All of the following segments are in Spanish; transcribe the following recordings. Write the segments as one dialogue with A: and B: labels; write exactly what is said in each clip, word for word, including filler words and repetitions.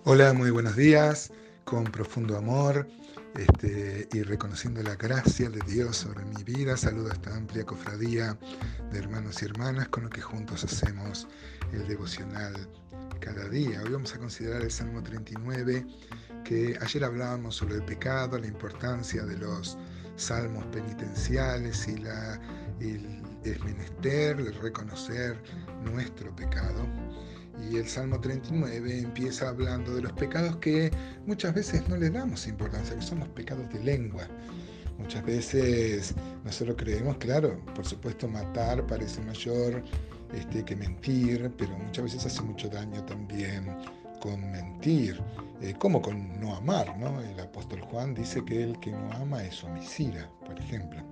A: Hola, muy buenos días, con profundo amor este, y reconociendo la gracia de Dios sobre mi vida. Saludo a esta amplia cofradía de hermanos y hermanas con los que juntos hacemos el devocional cada día. Hoy vamos a considerar el Salmo treinta y nueve, que ayer hablábamos sobre el pecado, la importancia de los salmos penitenciales y la, el, es menester el reconocer nuestro pecado. Y el Salmo treinta y nueve empieza hablando de los pecados que muchas veces no le damos importancia, que son los pecados de lengua. Muchas veces nosotros creemos, claro, por supuesto matar parece mayor este, que mentir, pero muchas veces hace mucho daño también con mentir, eh, como con no amar, ¿no? El apóstol Juan dice que el que no ama es homicida, por ejemplo.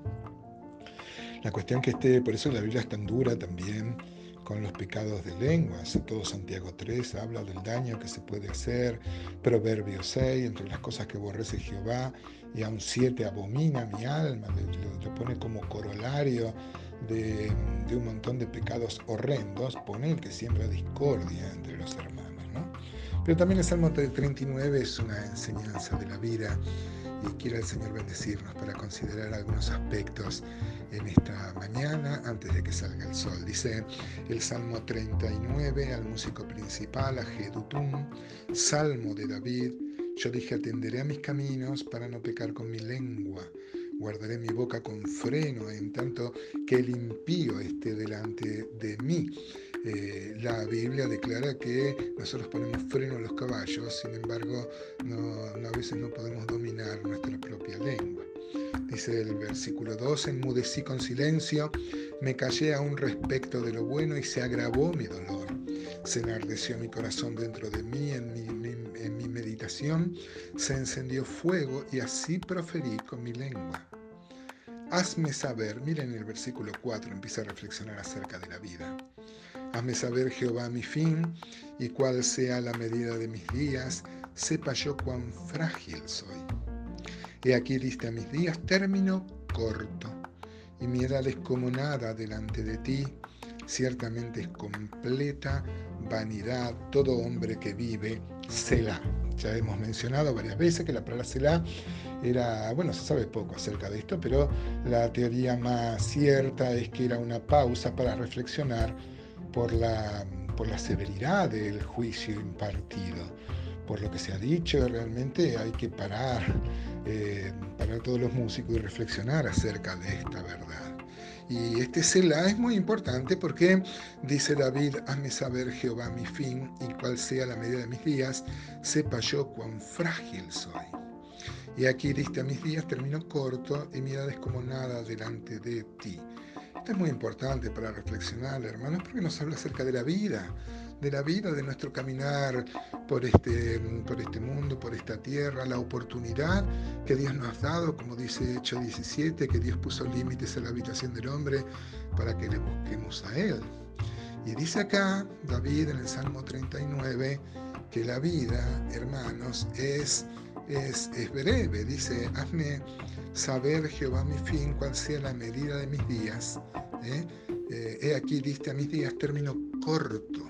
A: La cuestión que esté, por eso la Biblia es tan dura también con los pecados de lengua. Todo Santiago tres habla del daño que se puede hacer. Proverbios seis, entre las cosas que aborrece Jehová, y aun siete abomina mi alma, lo, lo pone como corolario de, de un montón de pecados horrendos, pone el que siembra discordia entre los hermanos, ¿no? Pero también el Salmo treinta y nueve es una enseñanza de la vida, y quiera el Señor bendecirnos para considerar algunos aspectos en esta mañana antes de que salga el sol. Dice el Salmo treinta y nueve al músico principal, a Jedutum, Salmo de David: yo dije, atenderé a mis caminos para no pecar con mi lengua, guardaré mi boca con freno en tanto que el impío esté delante de mí. Eh, la Biblia declara que nosotros ponemos freno a los caballos, sin embargo, no, no, a veces no podemos dominar nuestra propia lengua. Dice el versículo dos: enmudecí con silencio, me callé aún respecto de lo bueno y se agravó mi dolor. Se enardeció mi corazón dentro de mí, en mi, mi, en mi meditación se encendió fuego y así proferí con mi lengua. Hazme saber, miren el versículo cuatro, empieza a reflexionar acerca de la vida. Hazme saber, Jehová, mi fin, y cuál sea la medida de mis días, sepa yo cuán frágil soy. He aquí diste a mis días término corto, y mi edad es como nada delante de ti. Ciertamente es completa vanidad todo hombre que vive. Selah. Ya hemos mencionado varias veces que la palabra Selah era, bueno, se sabe poco acerca de esto, pero la teoría más cierta es que era una pausa para reflexionar por la, por la severidad del juicio impartido. Por lo que se ha dicho, realmente hay que parar, eh, parar todos los músicos y reflexionar acerca de esta verdad. Y este Selah es muy importante porque dice David: hazme saber, Jehová, mi fin, y cuál sea la medida de mis días, sepa yo cuán frágil soy. Y aquí diste a mis días término corto, y mi edad es como nada delante de ti. Esto es muy importante para reflexionar, hermanos, porque nos habla acerca de la vida, de la vida, de nuestro caminar por este, por este mundo, por esta tierra, la oportunidad que Dios nos ha dado, como dice Hechos diecisiete, que Dios puso límites a la habitación del hombre para que le busquemos a Él. Y dice acá David en el Salmo treinta y nueve que la vida, hermanos, es, es, es breve. Dice: hazme saber, Jehová, mi fin, cuál sea la medida de mis días. ¿Eh? Eh, he aquí diste a mis días término corto.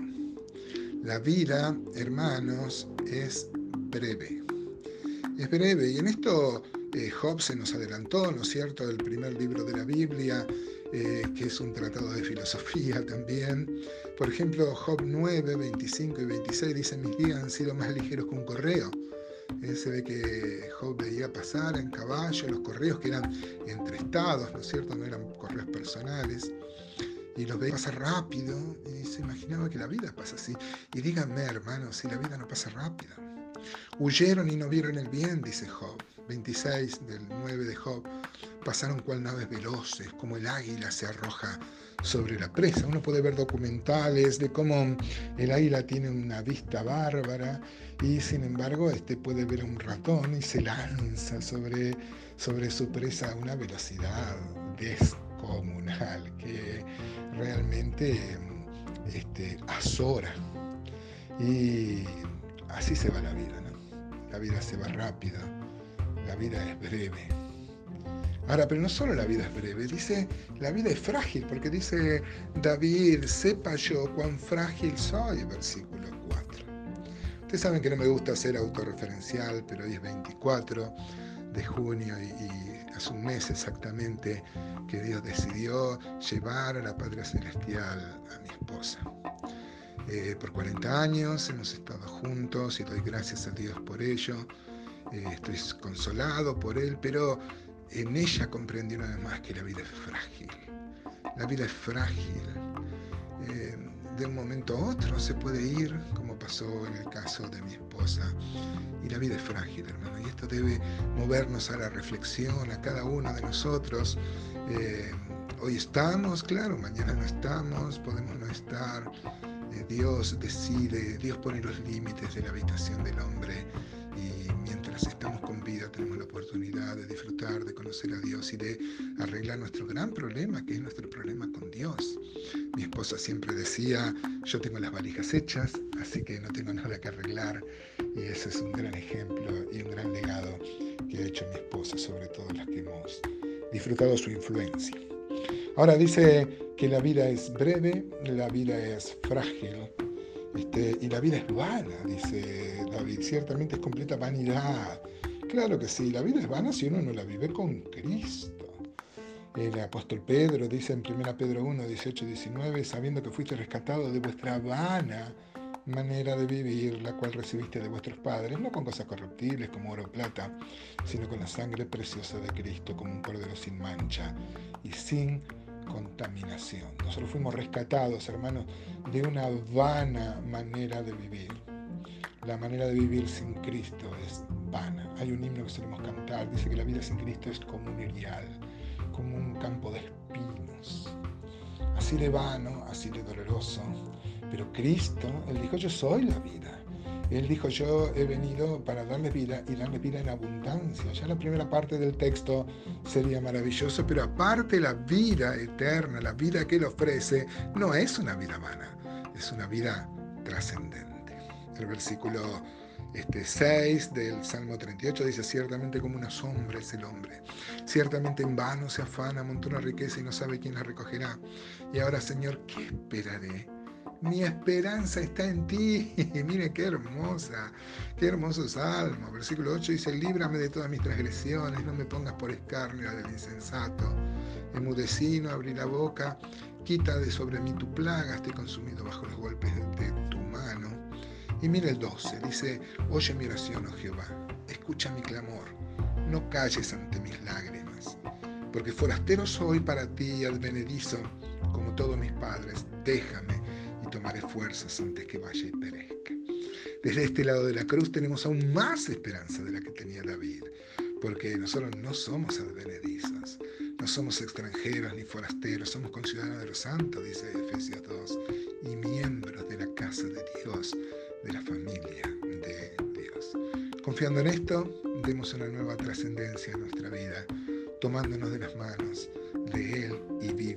A: La vida, hermanos, es breve. Es breve. Y en esto eh, Job se nos adelantó, ¿no es cierto?, del primer libro de la Biblia, eh, que es un tratado de filosofía también. Por ejemplo, Job nueve, veinticinco y veintiséis dice: mis días han sido más ligeros que un correo. Eh, se ve que Job veía pasar en caballo los correos que eran entre estados, ¿no es cierto?, no eran correos personales. Y los veía pasar rápido y se imaginaba que la vida pasa así. Y díganme, hermanos, si la vida no pasa rápido. Huyeron y no vieron el bien, dice Job. veintiséis del nueve de Job. Pasaron cual naves veloces, como el águila se arroja sobre la presa. Uno puede ver documentales de cómo el águila tiene una vista bárbara y sin embargo este puede ver a un ratón y se lanza sobre, sobre su presa a una velocidad descomunal que realmente este, azora. Y así se va la vida, ¿no? La vida se va rápido, la vida es breve. Ahora, pero no solo la vida es breve, dice, la vida es frágil, porque dice David: sepa yo cuán frágil soy, versículo cuatro. Ustedes saben que no me gusta ser autorreferencial, pero hoy es veinticuatro de junio y, y hace un mes exactamente que Dios decidió llevar a la Patria Celestial a mi esposa. Eh, por cuarenta años hemos estado juntos y doy gracias a Dios por ello. Eh, estoy consolado por Él, pero en ella comprendí una vez más que la vida es frágil. La vida es frágil. Eh, de un momento a otro se puede ir, como pasó en el caso de mi esposa. Y la vida es frágil, hermano. Y esto debe movernos a la reflexión, a cada uno de nosotros. Eh, hoy estamos, claro, mañana no estamos, podemos no estar. Eh, Dios decide, Dios pone los límites de la habitación del hombre. Y mientras estamos con vida tenemos la oportunidad de disfrutar, de conocer a Dios y de arreglar nuestro gran problema, que es nuestro problema con Dios. Mi esposa siempre decía, yo tengo las valijas hechas, así que no tengo nada que arreglar. Y ese es un gran ejemplo y un gran legado que ha hecho mi esposa, sobre todo las que hemos disfrutado su influencia. Ahora dice que la vida es breve, la vida es frágil. Este, y la vida es vana, dice David, ciertamente es completa vanidad. Claro que sí, la vida es vana si uno no la vive con Cristo. El apóstol Pedro dice en primera Pedro uno, dieciocho y diecinueve, sabiendo que fuiste rescatado de vuestra vana manera de vivir, la cual recibiste de vuestros padres, no con cosas corruptibles como oro o plata, sino con la sangre preciosa de Cristo, como un cordero sin mancha y sin contaminación. Nosotros fuimos rescatados, hermanos, de una vana manera de vivir. La manera de vivir sin Cristo es vana. Hay un himno que solemos cantar, dice que la vida sin Cristo es como un erial, como un campo de espinos. Así de vano, así de doloroso. Pero Cristo, Él dijo, yo soy la vida. Él dijo, yo he venido para darles vida y darles vida en abundancia. Ya la primera parte del texto sería maravilloso, pero aparte la vida eterna, la vida que Él ofrece, no es una vida vana, es una vida trascendente. El versículo este, seis del Salmo treinta y ocho dice, ciertamente como una sombra es el hombre. Ciertamente en vano se afana, amontona riqueza y no sabe quién la recogerá. Y ahora, Señor, ¿qué esperaré? Mi esperanza está en ti. Mire qué hermosa, qué hermoso salmo. Versículo ocho dice, líbrame de todas mis transgresiones, no me pongas por escarnio del insensato. Enmudecí, no abrí la boca, quita de sobre mí tu plaga, estoy consumido bajo los golpes de tu mano. Y mire el doce, dice, oye mi oración, oh Jehová, escucha mi clamor, no calles ante mis lágrimas, porque forastero soy para ti y advenedizo, como todos mis padres, déjame y tomaré fuerzas antes que vaya y perezca. Desde este lado de la cruz tenemos aún más esperanza de la que tenía David, porque nosotros no somos advenedizos, no somos extranjeros ni forasteros, somos conciudadanos de los santos, dice Efesios dos, y miembros de la casa de Dios, de la familia de Dios. Confiando en esto, demos una nueva trascendencia a nuestra vida, tomándonos de las manos de Él y bien